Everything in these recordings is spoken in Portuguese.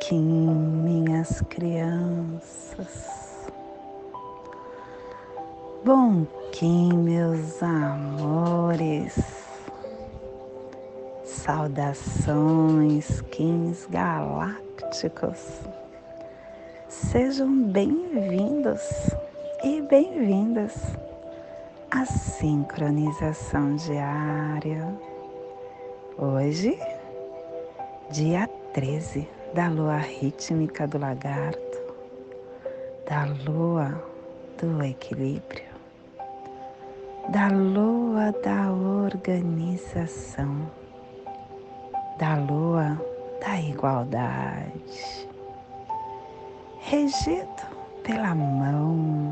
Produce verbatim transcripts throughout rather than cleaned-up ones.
Kim, minhas crianças. Bom Kim, meus amores. Saudações, Kims galácticos. Sejam bem-vindos e bem-vindas à sincronização diária. Hoje, dia treze da lua rítmica do lagarto, da lua do equilíbrio, da lua da organização, da lua da igualdade, regido pela mão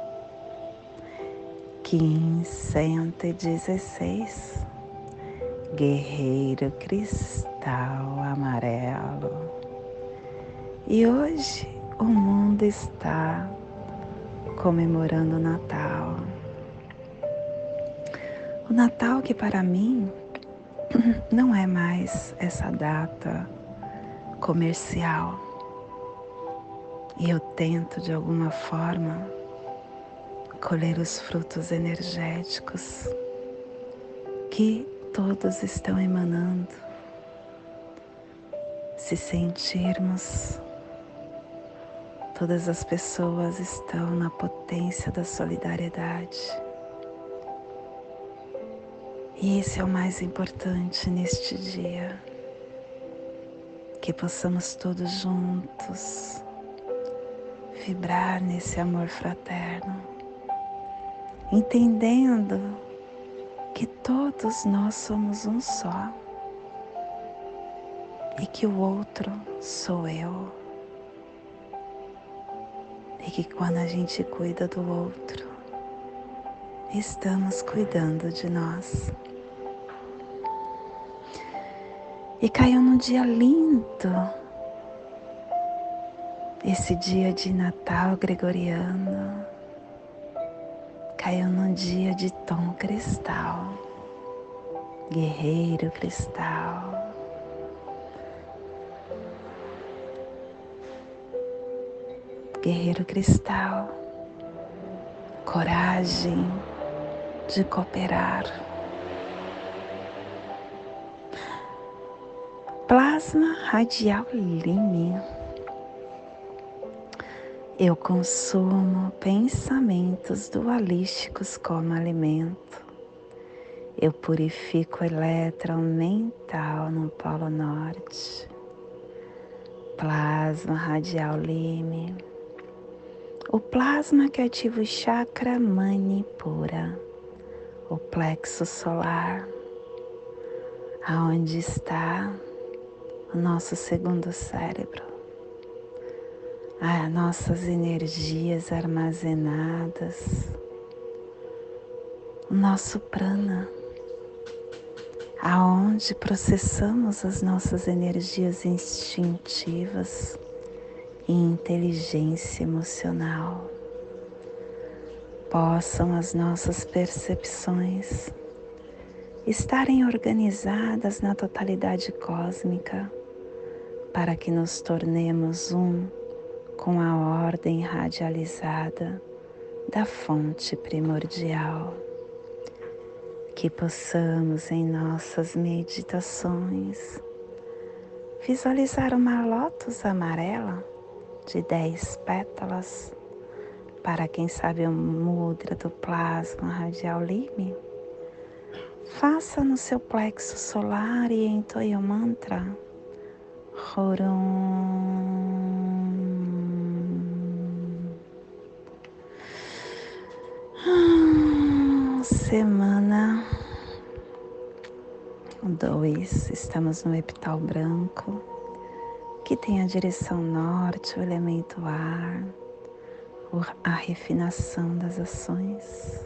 Kim cento e dezesseis, guerreiro cristal amarelo. E hoje o mundo está comemorando o Natal. O Natal que para mim não é mais essa data comercial. E eu tento de alguma forma colher os frutos energéticos que todos estão emanando. Se sentirmos, todas as pessoas estão na potência da solidariedade. E esse é o mais importante neste dia. Que possamos todos juntos vibrar nesse amor fraterno, entendendo que todos nós somos um só e que o outro sou eu. E que quando a gente cuida do outro, estamos cuidando de nós. E caiu num dia lindo, esse dia de Natal gregoriano, caiu num dia de tom cristal, guerreiro cristal. Guerreiro cristal, coragem de cooperar. Plasma radial Lime. Eu consumo pensamentos dualísticos como alimento. Eu purifico o elétron mental no Polo Norte. Plasma radial Lime. O plasma que ativa o chakra Manipura, o plexo solar, aonde está o nosso segundo cérebro, as nossas energias armazenadas, o nosso prana, aonde processamos as nossas energias instintivas e inteligência emocional. Possam as nossas percepções estarem organizadas na totalidade cósmica para que nos tornemos um com a ordem radializada da fonte primordial. Que possamos em nossas meditações visualizar uma lótus amarela de dez pétalas, para quem sabe o mudra do plasma radial Lime. Faça no seu plexo solar e entoie o mantra Horum. Semana dois, estamos no epital branco, que tem a direção norte, o elemento ar, a refinação das ações.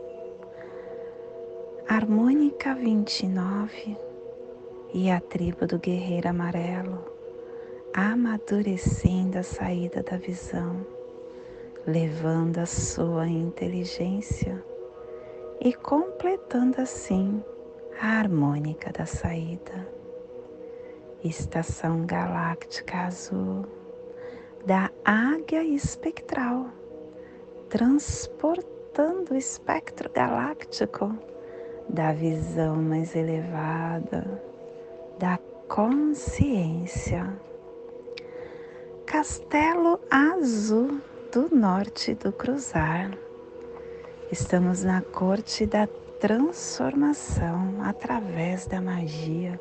Harmônica vinte e nove e a tribo do guerreiro amarelo, amadurecendo a saída da visão, levando a sua inteligência e completando assim a harmônica da saída. estação galáctica azul da águia espectral, transportando o espectro galáctico da visão mais elevada, da consciência. Castelo Azul do Norte do Cruzar. Estamos na corte da transformação através da magia.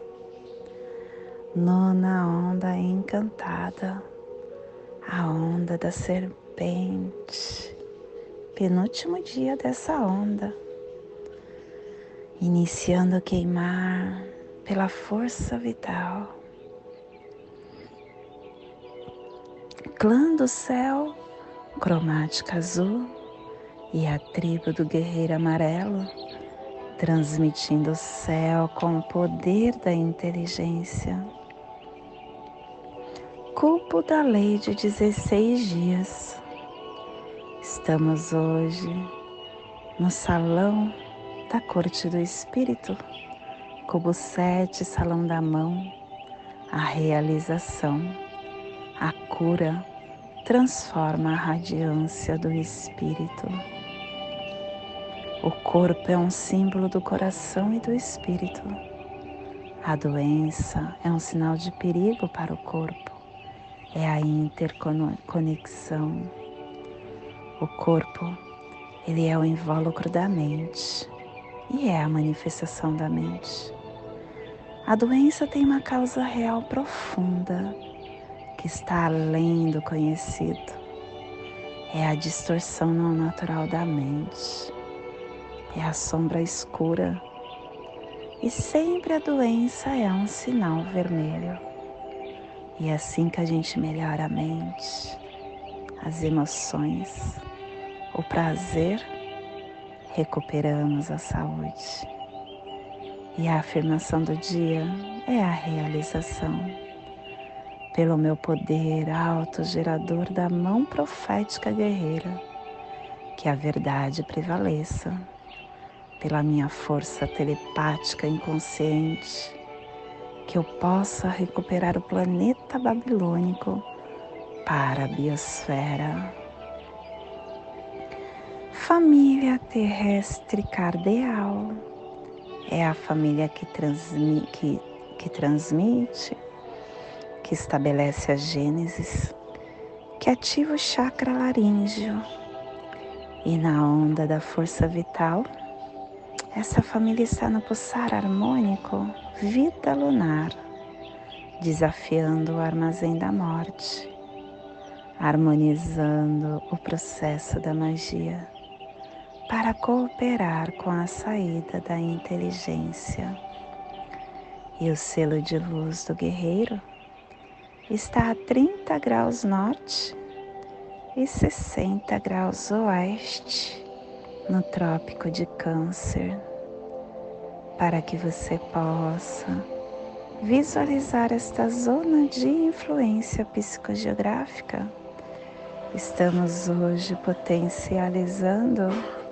Nona onda encantada, a onda da serpente. Penúltimo dia dessa onda. Iniciando a queimar pela força vital. Clã do céu, cromática azul e a tribo do guerreiro amarelo, transmitindo o céu com o poder da inteligência. Cupo da lei de dezesseis dias. Estamos hoje no salão da corte do espírito, cubo sete, salão da mão, a realização, a cura, transforma a radiância do espírito. O corpo é um símbolo do coração e do espírito. A doença é um sinal de perigo para o corpo. É a interconexão. O corpo, ele é o invólucro da mente e é a manifestação da mente. A doença tem uma causa real profunda que está além do conhecido. É a distorção não natural da mente. É a sombra escura. E sempre a doença é um sinal vermelho. E é assim que a gente melhora a mente, as emoções, o prazer, recuperamos a saúde. E a afirmação do dia é a realização. Pelo meu poder autogerador da mão profética guerreira, que a verdade prevaleça, pela minha força telepática inconsciente, que eu possa recuperar o planeta babilônico para a biosfera. Família terrestre cardeal é a família que transmite, que, que transmite, que estabelece a gênesis, que ativa o chakra laríngeo. E na onda da força vital, essa família está no pulsar harmônico, vida lunar, desafiando o armazém da morte, harmonizando o processo da magia, para cooperar com a saída da inteligência. E o selo de luz do guerreiro está a trinta graus norte e sessenta graus oeste no Trópico de Câncer, para que você possa visualizar esta zona de influência psicogeográfica. Estamos hoje potencializando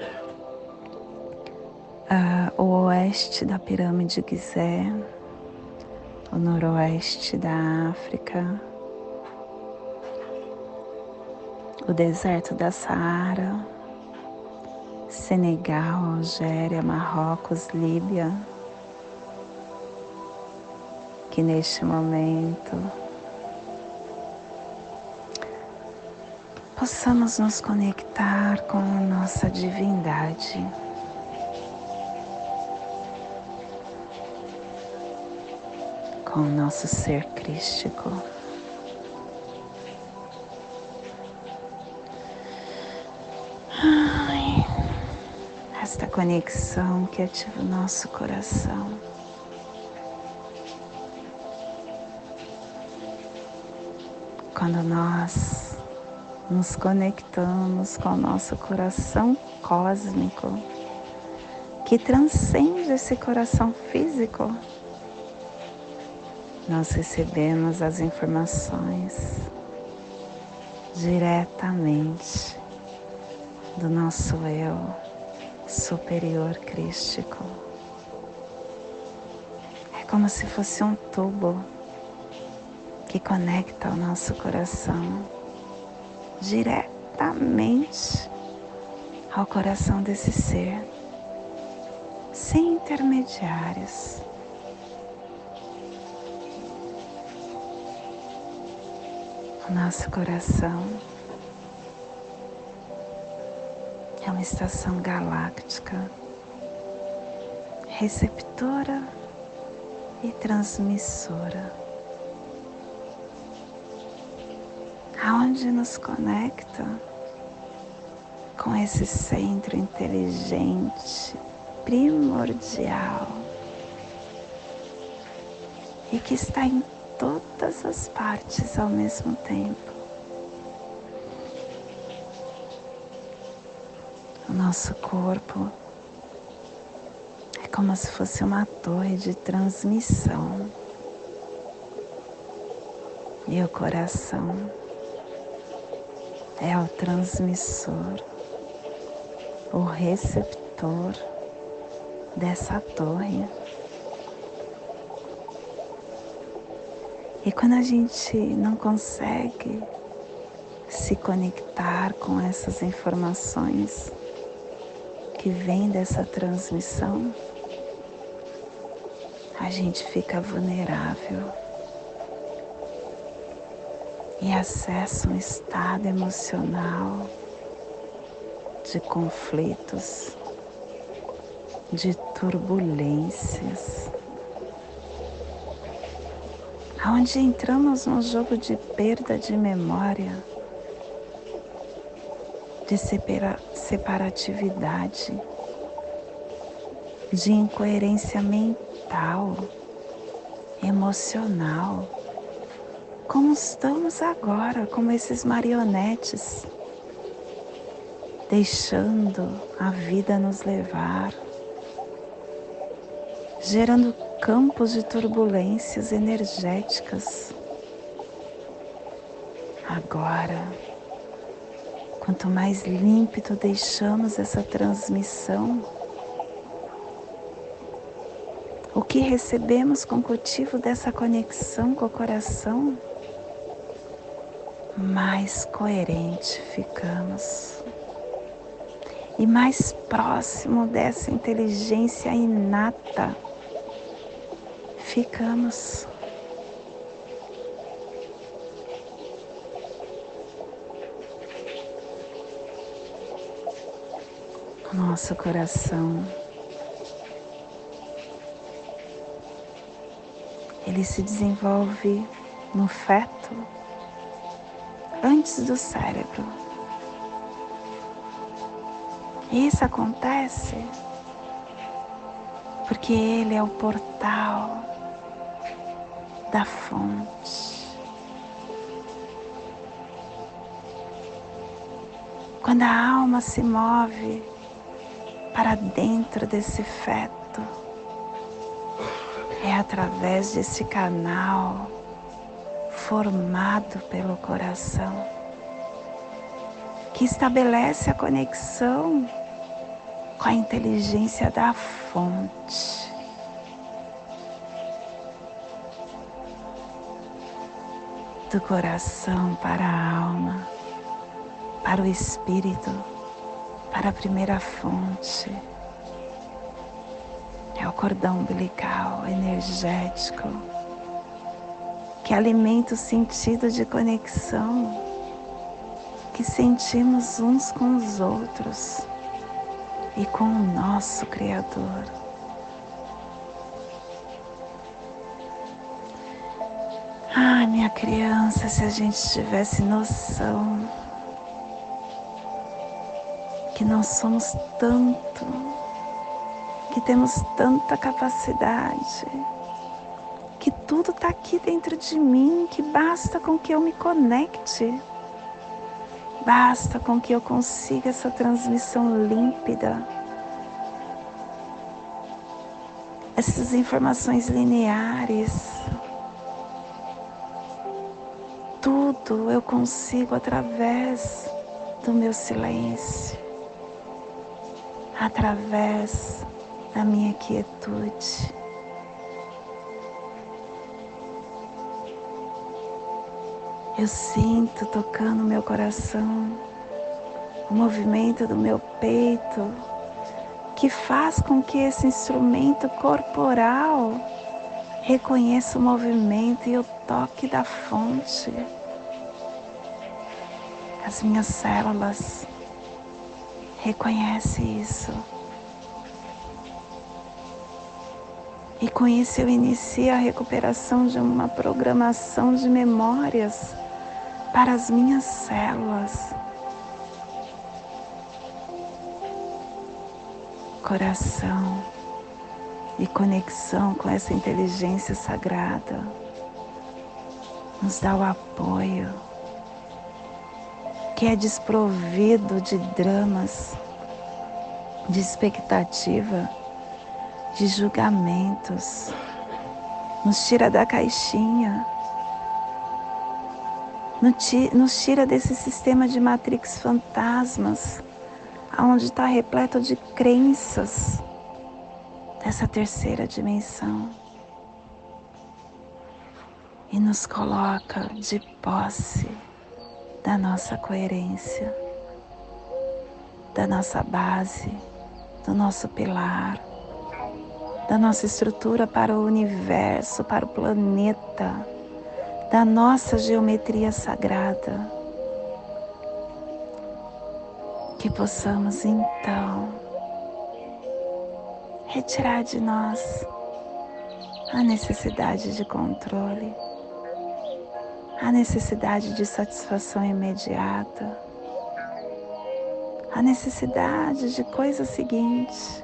uh, o oeste da pirâmide Gizé, o noroeste da África, o deserto da Saara, Senegal, Algéria, Marrocos, Líbia, que neste momento possamos nos conectar com a nossa divindade. Com o nosso ser crístico. Ai, esta conexão que ativa o nosso coração. Quando nós nos conectamos com o nosso coração cósmico, que transcende esse coração físico, nós recebemos as informações diretamente do nosso eu superior crístico. É como se fosse um tubo que conecta o nosso coração diretamente ao coração desse ser, sem intermediários. O nosso coração é uma estação galáctica, receptora e transmissora, aonde nos conecta com esse centro inteligente, primordial e que está em todas as partes ao mesmo tempo. O nosso corpo é como se fosse uma torre de transmissão e o coração é o transmissor, o receptor dessa torre. E quando a gente não consegue se conectar com essas informações que vêm dessa transmissão, a gente fica vulnerável e acessa um estado emocional de conflitos, de turbulências, onde entramos num jogo de perda de memória, de separa- separatividade, de incoerência mental, emocional, como estamos agora, como esses marionetes, deixando a vida nos levar, gerando campos de turbulências energéticas. Agora, quanto mais límpido deixamos essa transmissão, o que recebemos com o cultivo dessa conexão com o coração, mais coerente ficamos e mais próximo dessa inteligência inata ficamos. O nosso coração, ele se desenvolve no feto antes do cérebro. E isso acontece porque ele é o portal da fonte. Quando a alma se move para dentro desse feto, é através desse canal formado pelo coração que estabelece a conexão com a inteligência da fonte. Do coração para a alma, para o espírito, para a primeira fonte. É o cordão umbilical energético que alimenta o sentido de conexão que sentimos uns com os outros e com o nosso Criador. Ai, minha criança, se a gente tivesse noção que nós somos tanto, que temos tanta capacidade, que tudo está aqui dentro de mim, que basta com que eu me conecte, basta com que eu consiga essa transmissão límpida, essas informações lineares, tudo eu consigo através do meu silêncio, através da minha quietude. Eu sinto tocando meu coração, o movimento do meu peito, que faz com que esse instrumento corporal reconheça o movimento e o toque da fonte. As minhas células reconhecem isso. E com isso eu inicio a recuperação de uma programação de memórias para as minhas células. Coração e conexão com essa inteligência sagrada nos dá o apoio, que é desprovido de dramas, de expectativa, de julgamentos, nos tira da caixinha, nos tira desse sistema de Matrix fantasmas, onde está repleto de crenças dessa terceira dimensão, e nos coloca de posse da nossa coerência, da nossa base, do nosso pilar, da nossa estrutura para o universo, para o planeta, da nossa geometria sagrada. Que possamos então retirar de nós a necessidade de controle, a necessidade de satisfação imediata, a necessidade de coisa seguinte,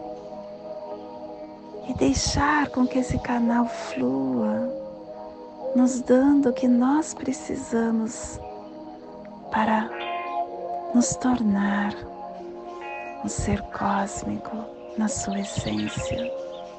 e deixar com que esse canal flua, nos dando o que nós precisamos para nos tornar um ser cósmico na sua essência.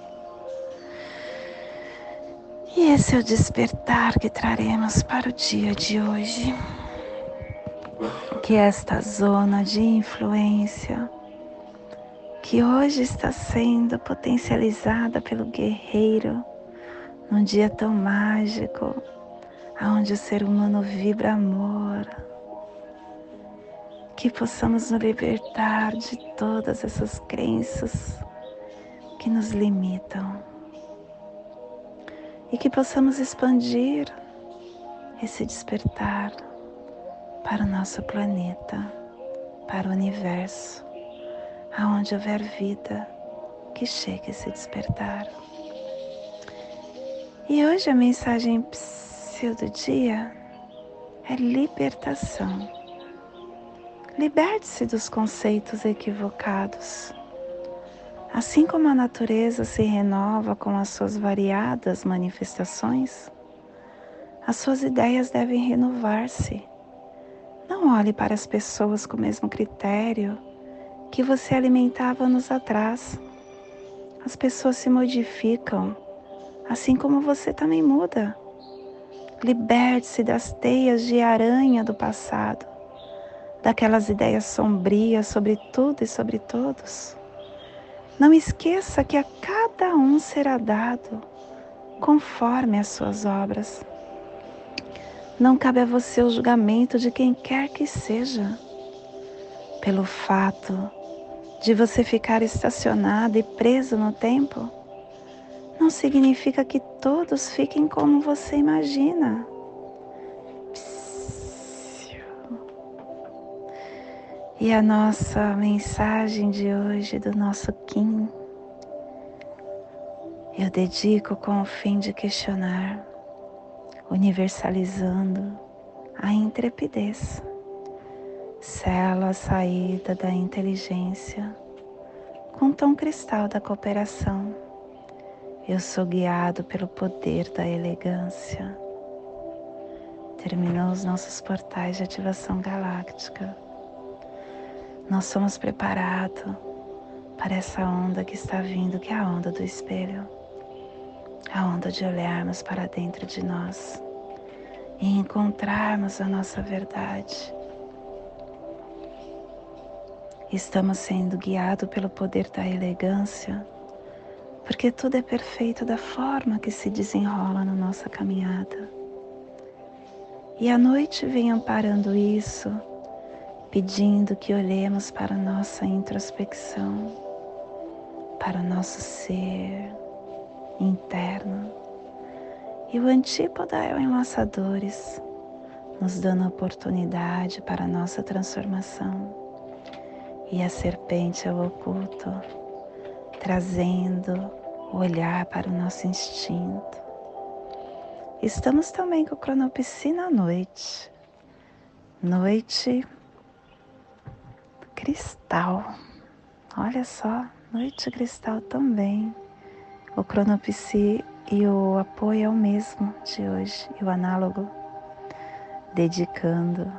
E esse é o despertar que traremos para o dia de hoje. Que esta zona de influência, que hoje está sendo potencializada pelo guerreiro, num dia tão mágico, onde o ser humano vibra amor, que possamos nos libertar de todas essas crenças que nos limitam e que possamos expandir esse despertar para o nosso planeta, para o universo, aonde houver vida, que chegue esse despertar. E hoje a mensagem psiu do dia é libertação. Liberte-se dos conceitos equivocados. Assim como a natureza se renova com as suas variadas manifestações, as suas ideias devem renovar-se. Não olhe para as pessoas com o mesmo critério que você alimentava anos atrás. As pessoas se modificam, assim como você também muda. Liberte-se das teias de aranha do passado, daquelas ideias sombrias sobre tudo e sobre todos. Não esqueça que a cada um será dado conforme as suas obras. Não cabe a você o julgamento de quem quer que seja. Pelo fato de você ficar estacionado e preso no tempo, não significa que todos fiquem como você imagina. E a nossa mensagem de hoje, do nosso Kim, eu dedico com o fim de questionar, universalizando a intrepidez. Selo a saída da inteligência com o tom cristal da cooperação. Eu sou guiado pelo poder da elegância. Terminou os nossos portais de ativação galáctica. Nós somos preparados para essa onda que está vindo, que é a onda do espelho. A onda de olharmos para dentro de nós e encontrarmos a nossa verdade. Estamos sendo guiados pelo poder da elegância, porque tudo é perfeito da forma que se desenrola na nossa caminhada. E a noite vem amparando isso, pedindo que olhemos para a nossa introspecção, para o nosso ser interno. E o antípoda é o enlaçadores, nos dando oportunidade para a nossa transformação. E a serpente é o oculto, trazendo o olhar para o nosso instinto. Estamos também com o cronopsi na noite, noite cristal. Olha só, noite cristal também. O cronopsi e o apoio é o mesmo de hoje, e o análogo, dedicando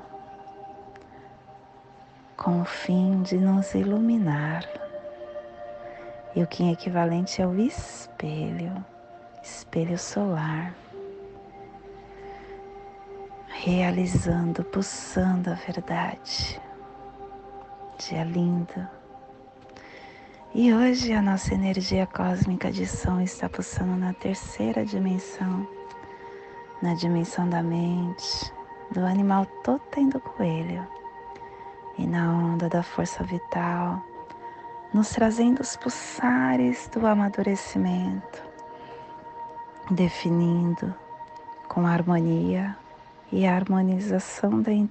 com o fim de nos iluminar. E o Kim equivalente é o espelho, espelho solar, realizando, pulsando a verdade. Dia lindo. E hoje a nossa energia cósmica de som está pulsando na terceira dimensão, na dimensão da mente, do animal totem do coelho, e na onda da força vital, nos trazendo os pulsares do amadurecimento, definindo com a harmonia e a harmonização da,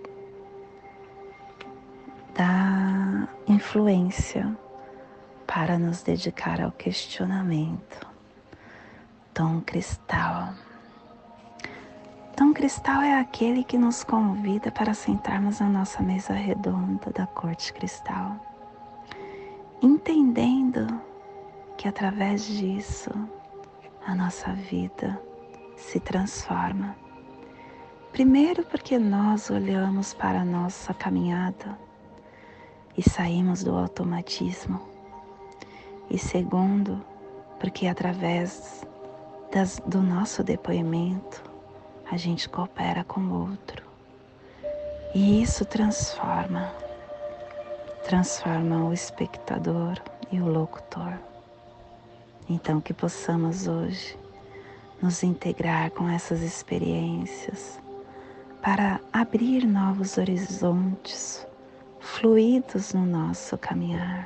da influência para nos dedicar ao questionamento. Tom cristal. Tom cristal é aquele que nos convida para sentarmos na nossa mesa redonda da corte cristal, entendendo que através disso a nossa vida se transforma. Primeiro porque nós olhamos para a nossa caminhada e saímos do automatismo. E segundo, porque através das, do nosso depoimento a gente coopera com o outro. E isso transforma, transforma o espectador e o locutor. Então que possamos hoje nos integrar com essas experiências para abrir novos horizontes, fluidos no nosso caminhar.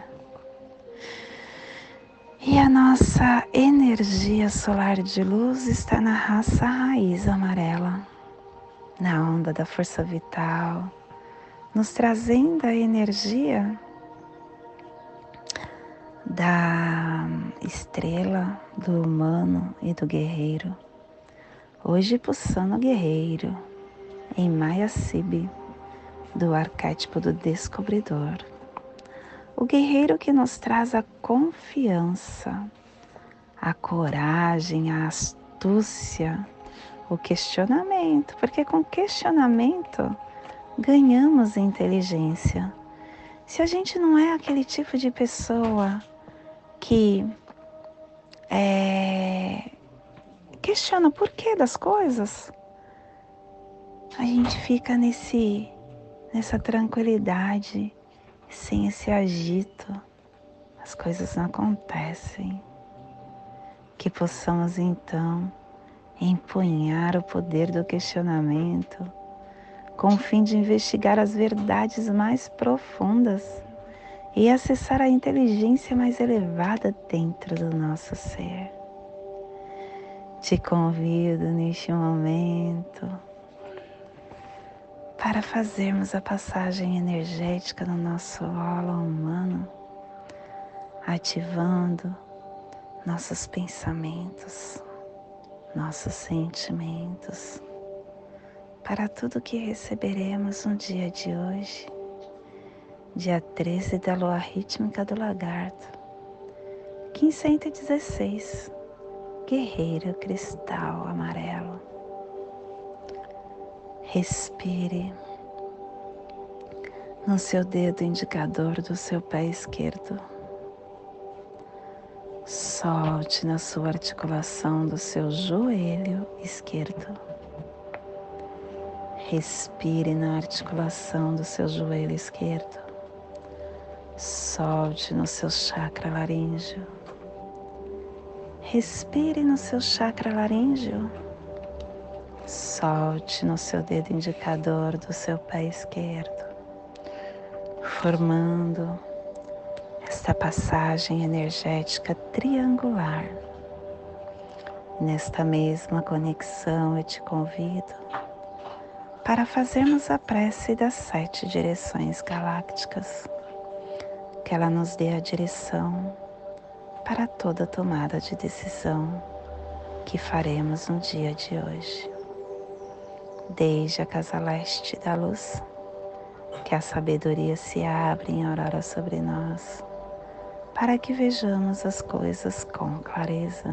E a nossa energia solar de luz está na raça raiz amarela, na onda da força vital, nos trazendo a energia da estrela, do humano e do guerreiro. Hoje pulsando o guerreiro, em Maya Sibi, do arquétipo do descobridor. O guerreiro que nos traz a confiança, a coragem, a astúcia, o questionamento, porque com questionamento ganhamos inteligência. Se a gente não é aquele tipo de pessoa que é, questiona o porquê das coisas, a gente fica nesse, nessa tranquilidade, sem esse agito, as coisas não acontecem. Que possamos então empunhar o poder do questionamento com o fim de investigar as verdades mais profundas e acessar a inteligência mais elevada dentro do nosso ser. Te convido neste momento para fazermos a passagem energética no nosso holo humano, ativando nossos pensamentos, nossos sentimentos, para tudo que receberemos no dia de hoje, dia treze da lua rítmica do lagarto, quinhentos e dezesseis, guerreiro cristal amarelo. Respire no seu dedo indicador do seu pé esquerdo. Solte na sua articulação do seu joelho esquerdo. Respire na articulação do seu joelho esquerdo. Solte no seu chakra laríngeo. Respire no seu chakra laríngeo. Solte no seu dedo indicador do seu pé esquerdo, formando esta passagem energética triangular. Nesta mesma conexão, eu te convido para fazermos a prece das sete direções galácticas, que ela nos dê a direção para toda tomada de decisão que faremos no dia de hoje. Desde a casa leste da luz, que a sabedoria se abre em aurora sobre nós, para que vejamos as coisas com clareza.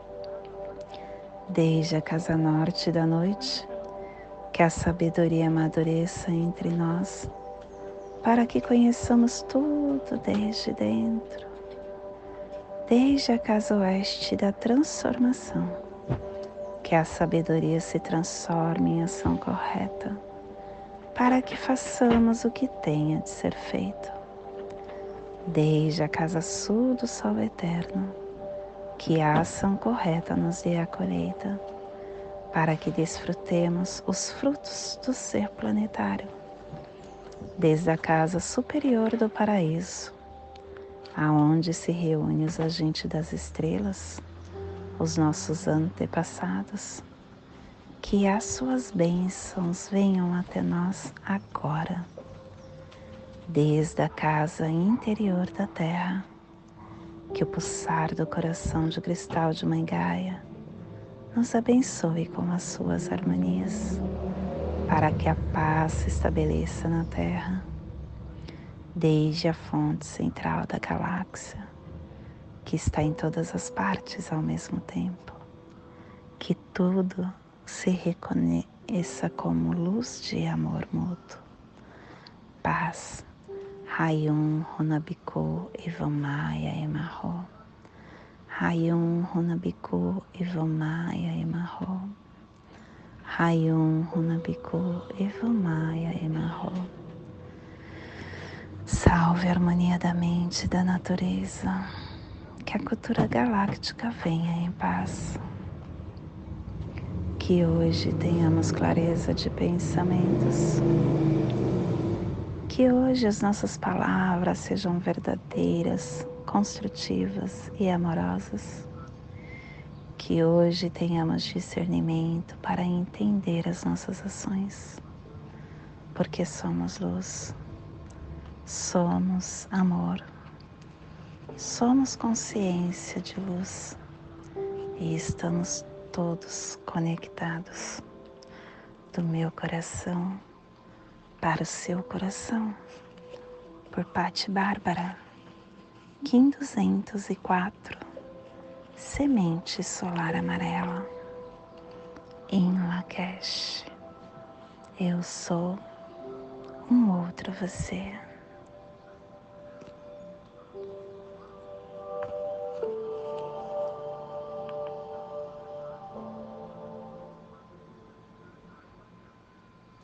Desde a casa norte da noite, que a sabedoria amadureça entre nós, para que conheçamos tudo desde dentro. Desde a casa oeste da transformação, que a sabedoria se transforme em ação correta, para que façamos o que tenha de ser feito. Desde a casa sul do sol eterno, que a ação correta nos dê a colheita, para que desfrutemos os frutos do ser planetário. Desde a casa superior do paraíso, aonde se reúnem os agentes das estrelas, os nossos antepassados, que as suas bênçãos venham até nós agora. Desde a casa interior da Terra, que o pulsar do coração de cristal de Mãe Gaia nos abençoe com as suas harmonias, para que a paz se estabeleça na Terra. Desde a fonte central da galáxia, que está em todas as partes ao mesmo tempo, que tudo se reconheça como luz de amor mútuo. Paz. Rayon Runabiku Ivamaya Emarro. Rayon Runabiku Ivamaya Emarro. Rayon Runabiku Ivamaya Emarro. Salve a harmonia da mente e da natureza. Que a cultura galáctica venha em paz. Que hoje tenhamos clareza de pensamentos. Que hoje as nossas palavras sejam verdadeiras, construtivas e amorosas. Que hoje tenhamos discernimento para entender as nossas ações. Porque somos luz, somos amor, somos consciência de luz e estamos todos conectados do meu coração para o seu coração, por Patti Bárbara, Kim duzentos e quatro, Semente Solar Amarela, em Lakesh. Eu sou um outro você.